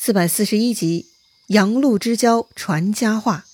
441集，杨鹿之交传佳话。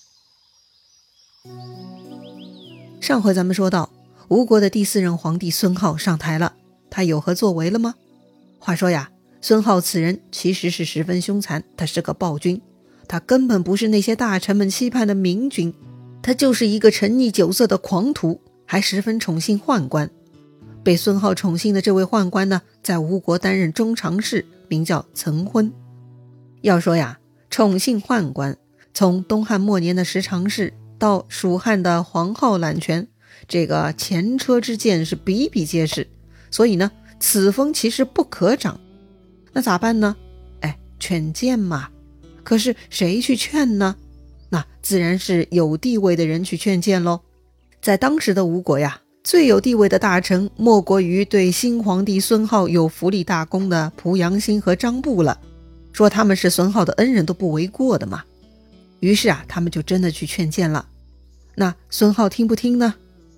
上回咱们说到，吴国的第4任皇帝孙皓上台了，他有何作为了吗？话说呀，孙皓此人其实是十分凶残，他是个暴君，他根本不是那些大臣们期盼的明君，他就是一个沉溺酒色的狂徒，还十分宠幸宦官。被孙皓宠幸的这位宦官呢，在吴国担任中常侍，名叫岑昏。要说呀，宠幸宦官，从东汉末年的十常侍到蜀汉的黄皓揽权，这个前车之鉴是比比皆是，所以呢，此风其实不可长。那咋办呢？劝谏嘛。可是谁去劝呢？那自然是有地位的人去劝谏咯。在当时的吴国呀，最有地位的大臣莫过于对新皇帝孙皓有福利大功的濮阳兴和张布了，说他们是孙皓的恩人都不为过的嘛。于是啊，他们就真的去劝谏了。那孙皓听不听呢？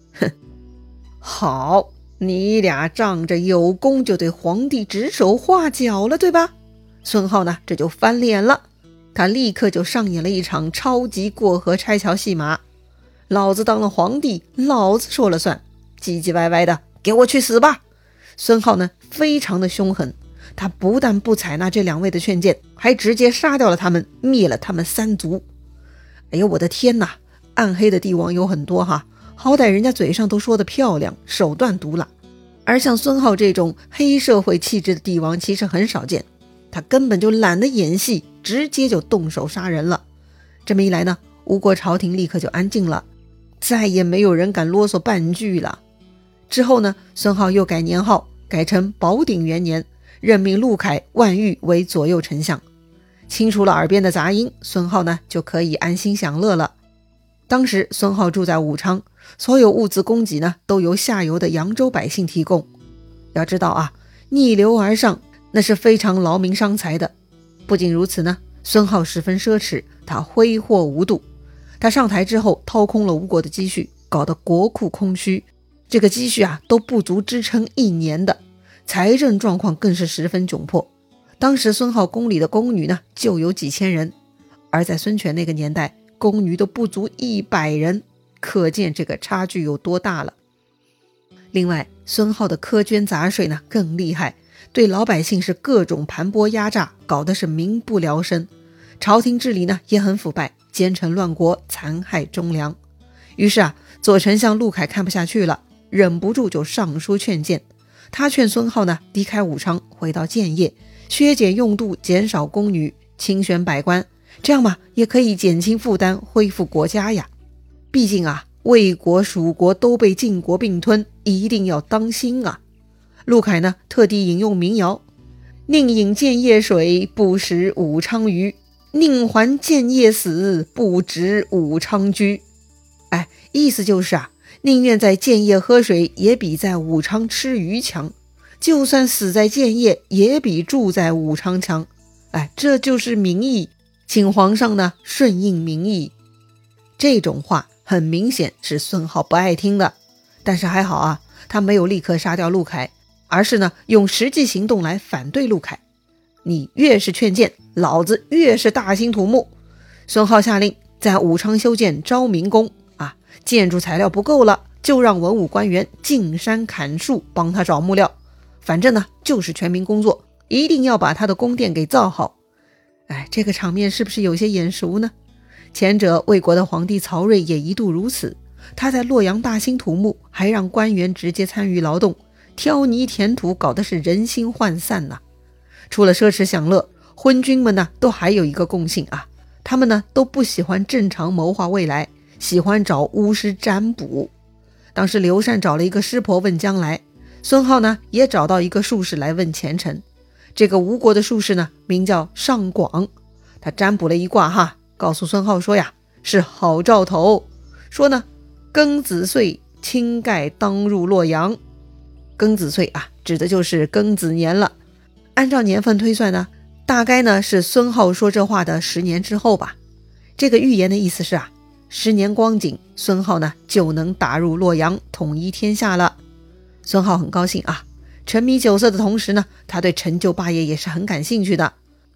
好，你俩仗着有功就对皇帝指手画脚了，对吧？孙皓呢，这就翻脸了，他立刻就上演了一场超级过河拆桥戏码。老子当了皇帝，老子说了算，唧唧歪歪的，给我去死吧！孙皓呢，非常的凶狠，他不但不采纳这2位的劝谏，还直接杀掉了他们，灭了他们3族。哎呦我的天哪，暗黑的帝王有很多哈，好歹人家嘴上都说得漂亮，手段毒辣。而像孙皓这种黑社会气质的帝王其实很少见，他根本就懒得演戏，直接就动手杀人了。这么一来呢，吴国朝廷立刻就安静了，再也没有人敢啰嗦半句了。之后呢，孙皓又改年号，改成宝鼎元年，任命陆凯、万玉为左右丞相。清除了耳边的杂音，孙皓呢就可以安心享乐了。当时孙皓住在武昌，所有物资供给呢都由下游的扬州百姓提供。要知道啊，逆流而上那是非常劳民伤财的。不仅如此呢，孙皓十分奢侈，他挥霍无度。他上台之后掏空了吴国的积蓄，搞得国库空虚，这个积蓄啊都不足支撑1年的，财政状况更是十分窘迫。当时孙皓宫里的宫女呢就有几千人，而在孙权那个年代，宫女都不足100人，可见这个差距有多大了。另外，孙皓的苛捐杂税呢更厉害，对老百姓是各种盘剥压榨，搞得是民不聊生。朝廷治理呢也很腐败，奸臣乱国，残害忠良。于是啊，左丞相陆凯看不下去了，忍不住就上书劝谏。他劝孙皓呢离开武昌，回到建业，削减用度，减少宫女，清选百官，这样嘛也可以减轻负担，恢复国家呀。毕竟啊，魏国、蜀国都被晋国并吞，一定要当心啊。陆凯呢特地引用民谣：宁饮建业水，不食武昌鱼，宁还建业死，不值武昌居。意思就是啊，宁愿在建业喝水，也比在武昌吃鱼强，就算死在建业，也比住在武昌强。这就是民意，请皇上呢顺应民意。这种话很明显是孙皓不爱听的，但是还好啊，他没有立刻杀掉陆凯，而是呢用实际行动来反对陆凯。你越是劝谏，老子越是大兴土木。孙皓下令在武昌修建昭明宫建筑材料不够了，就让文武官员进山砍树，帮他找木料。反正呢就是全民工作，一定要把他的宫殿给造好。这个场面是不是有些眼熟呢？前者魏国的皇帝曹睿也一度如此，他在洛阳大兴土木，还让官员直接参与劳动，挑泥填土，搞得是人心涣散呐。除了奢侈享乐，昏君们呢都还有一个共性啊，他们呢都不喜欢正常谋划未来，喜欢找巫师占卜。当时刘禅找了一个师婆问将来，孙皓呢也找到一个术士来问前程。这个吴国的术士呢名叫上广，他占卜了一卦告诉孙皓说呀，是好兆头，说呢庚子岁，青盖当入洛阳。庚子岁指的就是庚子年了。按照年份推算呢，大概呢是孙皓说这话的10年之后吧。这个预言的意思是10年光景，孙皓呢就能打入洛阳，统一天下了。孙皓很高兴沉迷酒色的同时呢，他对成就霸业也是很感兴趣的。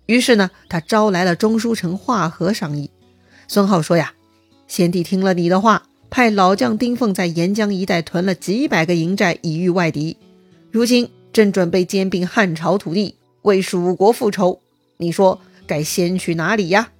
于是呢，他招来了中书丞华和商议。孙皓说呀，先帝听了你的话，派老将丁奉在沿江一带屯了几百个营寨以御外敌，如今正准备兼并汉朝土地，为蜀国复仇，你说该先去哪里呀？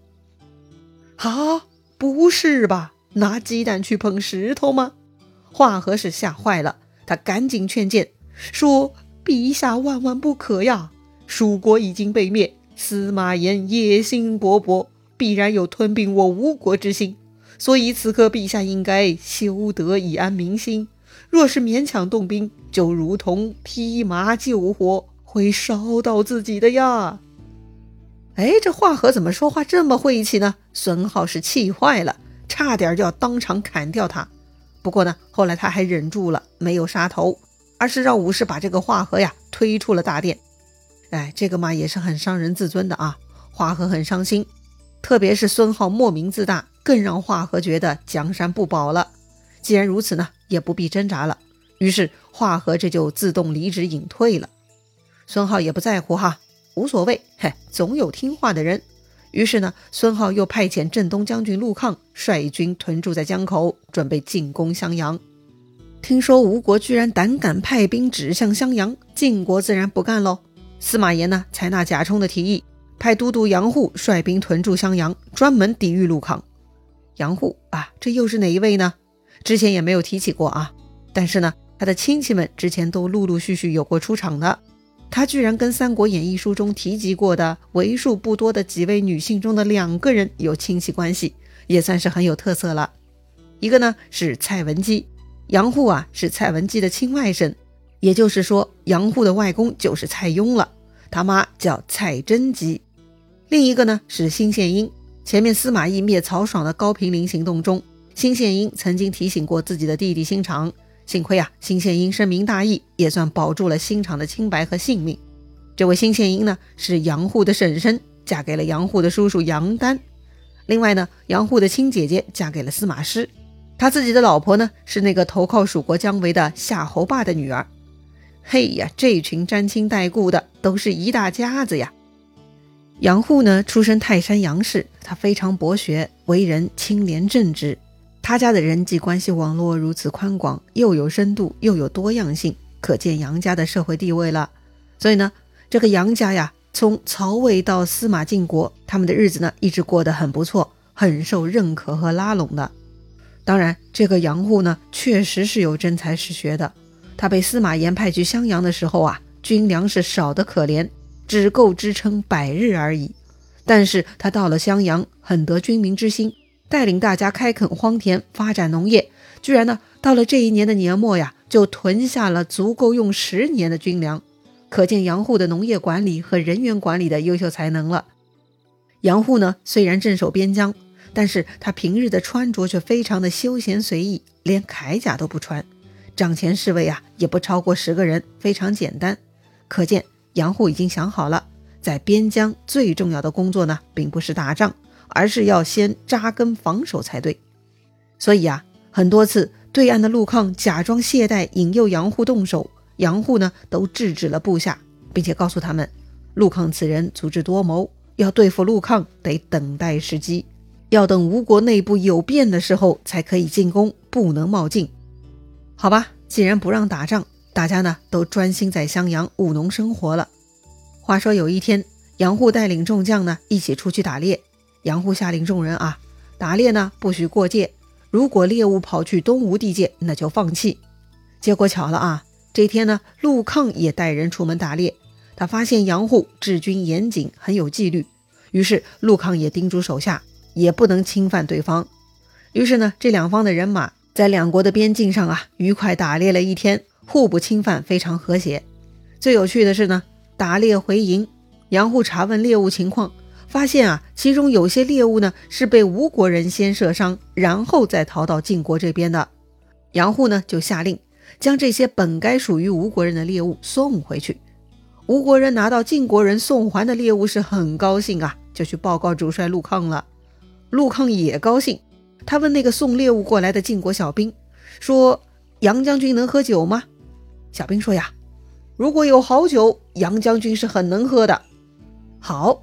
不是吧，拿鸡蛋去碰石头吗？华和是吓坏了，他赶紧劝谏说，陛下万万不可呀，蜀国已经被灭，司马炎野心勃勃，必然有吞并我吴国之心，所以此刻陛下应该修德以安民心，若是勉强动兵，就如同披麻救火，会烧到自己的呀。这华和怎么说话这么晦气呢？孙皓是气坏了，差点就要当场砍掉他。不过呢，后来他还忍住了，没有杀头，而是让武士把这个华和呀推出了大殿。这个嘛也是很伤人自尊的啊。华和很伤心，特别是孙皓莫名自大，更让华和觉得江山不保了。既然如此呢，也不必挣扎了，于是华和这就自动离职隐退了。孙皓也不在乎哈，无所谓，总有听话的人。于是呢，孙皓又派遣镇东将军陆抗率军屯驻在江口，准备进攻襄阳。听说吴国居然胆敢派兵指向襄阳，晋国自然不干喽。司马炎呢，采纳贾充的提议，派都督杨户率兵屯驻襄阳，专门抵御陆抗。杨户这又是哪一位呢？之前也没有提起过啊。但是呢，他的亲戚们之前都陆陆续续有过出场的。他居然跟《三国演义》书中提及过的为数不多的几位女性中的2个人有亲戚关系，也算是很有特色了。一个呢是蔡文姬，杨户是蔡文姬的亲外甥，也就是说杨户的外公就是蔡邕了，他妈叫蔡贞姬。另一个呢是辛宪英，前面司马懿灭曹爽的高平陵行动中，辛宪英曾经提醒过自己的弟弟辛长，幸亏辛宪英深明大义，也算保住了辛长的清白和性命。这位辛宪英呢是杨户的婶婶，嫁给了杨户的叔叔杨丹。另外呢，杨户的亲姐姐嫁给了司马师，他自己的老婆呢是那个投靠蜀国姜维的夏侯霸的女儿。这群沾亲带故的都是一大家子呀。杨户呢出身泰山杨氏，他非常博学，为人清廉正直。他家的人际关系网络如此宽广，又有深度又有多样性，可见杨家的社会地位了。所以呢，这个杨家呀，从曹魏到司马晋国，他们的日子呢一直过得很不错，很受认可和拉拢的。当然，这个杨户呢确实是有真才实学的。他被司马炎派去襄阳的时候军粮是少得可怜，只够支撑100日而已。但是他到了襄阳，很得军民之心，带领大家开垦荒田，发展农业，居然呢到了这一年的年末就囤下了足够用10年的军粮，可见杨户的农业管理和人员管理的优秀才能了。杨户呢虽然镇守边疆，但是他平日的穿着却非常的休闲随意，连铠甲都不穿，帐前侍卫也不超过10个人，非常简单。可见杨户已经想好了，在边疆最重要的工作呢并不是打仗，而是要先扎根防守才对。所以很多次对岸的陆抗假装懈怠，引诱杨户动手，杨户呢都制止了部下，并且告诉他们，陆抗此人足智多谋，要对付陆抗得等待时机，要等吴国内部有变的时候才可以进攻，不能冒进。好吧，既然不让打仗，大家呢都专心在襄阳务农生活了。话说有一天，杨户带领众将呢一起出去打猎。杨户下令众人打猎呢不许过界，如果猎物跑去东吴地界，那就放弃。结果巧了这天呢，陆抗也带人出门打猎，他发现杨户治军严谨，很有纪律，于是陆抗也叮嘱手下也不能侵犯对方。于是呢，这两方的人马在两国的边境上愉快打猎了一天，互不侵犯，非常和谐。最有趣的是呢，打猎回营，杨户查问猎物情况，发现其中有些猎物呢是被吴国人先射伤，然后再逃到晋国这边的。杨户呢就下令将这些本该属于吴国人的猎物送回去。吴国人拿到晋国人送还的猎物是很高兴就去报告主帅陆抗了。陆抗也高兴，他问那个送猎物过来的晋国小兵说，杨将军能喝酒吗？小兵说如果有好酒，杨将军是很能喝的。好，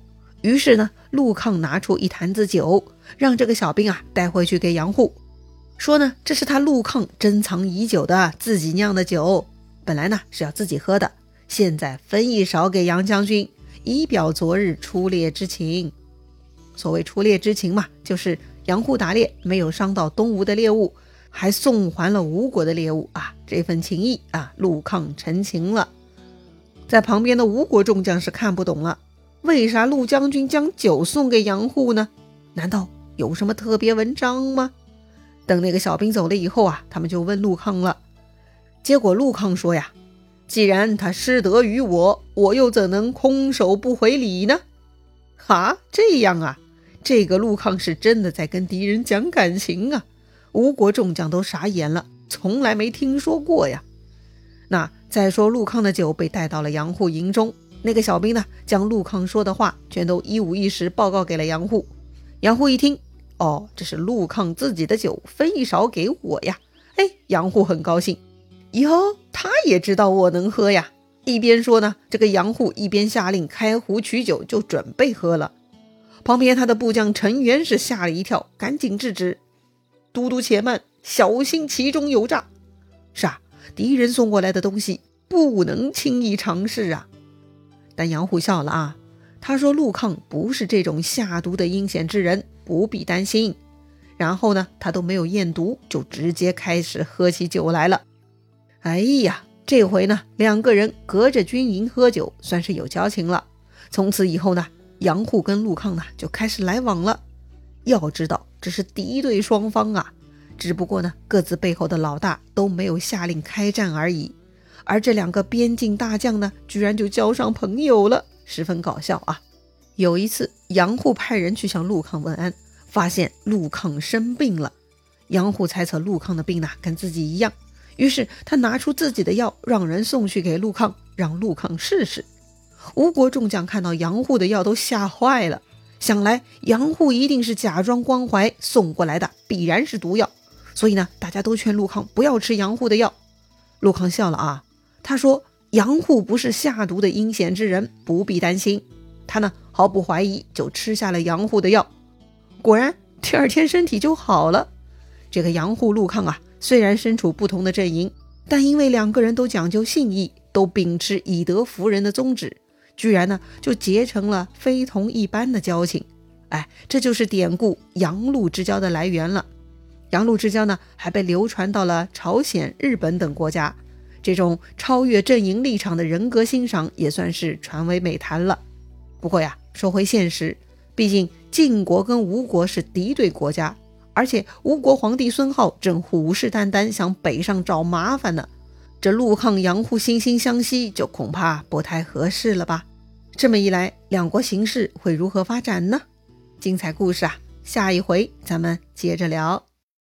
于是呢，陆抗拿出一坛子酒，让这个小兵带回去给杨户，说呢，这是他陆抗珍藏已久的自己酿的酒，本来呢是要自己喝的，现在分一勺给杨将军，以表昨日出猎之情。所谓出猎之情嘛，就是杨户打猎没有伤到东吴的猎物，还送还了吴国的猎物这份情谊陆抗陈情了。在旁边的吴国众将是看不懂了，为啥陆将军将酒送给杨户呢？难道有什么特别文章吗？等那个小兵走了以后他们就问陆抗了。结果陆抗说呀，既然他失德于我，我又怎能空手不回礼呢？这样这个陆抗是真的在跟敌人讲感情吴国众将都傻眼了，从来没听说过呀。那再说陆抗的酒被带到了杨户营中，那个小兵呢，将陆抗说的话全都一五一十报告给了杨户。杨户一听，这是陆抗自己的酒，分一勺给我呀。杨户很高兴，他也知道我能喝呀。一边说呢，这个杨户一边下令开壶取酒，就准备喝了。旁边他的部将陈元是吓了一跳，赶紧制止，都督且慢，小心其中有诈。敌人送过来的东西不能轻易尝试但杨户笑了他说陆抗不是这种下毒的阴险之人，不必担心。然后呢，他都没有验毒，就直接开始喝起酒来了。这回呢，两个人隔着军营喝酒，算是有交情了。从此以后呢，杨户跟陆抗呢就开始来往了。要知道这是敌对双方只不过呢，各自背后的老大都没有下令开战而已。而这两个边境大将呢，居然就交上朋友了，十分搞笑有一次，杨户派人去向陆抗问安，发现陆抗生病了。杨户猜测陆抗的病跟自己一样，于是他拿出自己的药，让人送去给陆抗，让陆抗试试。吴国众将看到杨户的药都吓坏了，想来杨户一定是假装关怀送过来的，必然是毒药，所以呢，大家都劝陆抗不要吃杨户的药。陆抗笑了他说杨户不是下毒的阴险之人，不必担心。他呢毫不怀疑就吃下了杨户的药，果然第二天身体就好了。这个杨户陆抗虽然身处不同的阵营，但因为两个人都讲究信义，都秉持以德服人的宗旨，居然呢就结成了非同一般的交情。这就是典故杨陆之交的来源了。杨陆之交呢还被流传到了朝鲜、日本等国家，这种超越阵营立场的人格欣赏也算是传为美谈了。不过说回现实，毕竟晋国跟吴国是敌对国家，而且吴国皇帝孙皓正虎视眈眈想北上找麻烦呢，这陆抗杨户惺惺相惜就恐怕不太合适了吧。这么一来，两国形势会如何发展呢？精彩故事下一回咱们接着聊。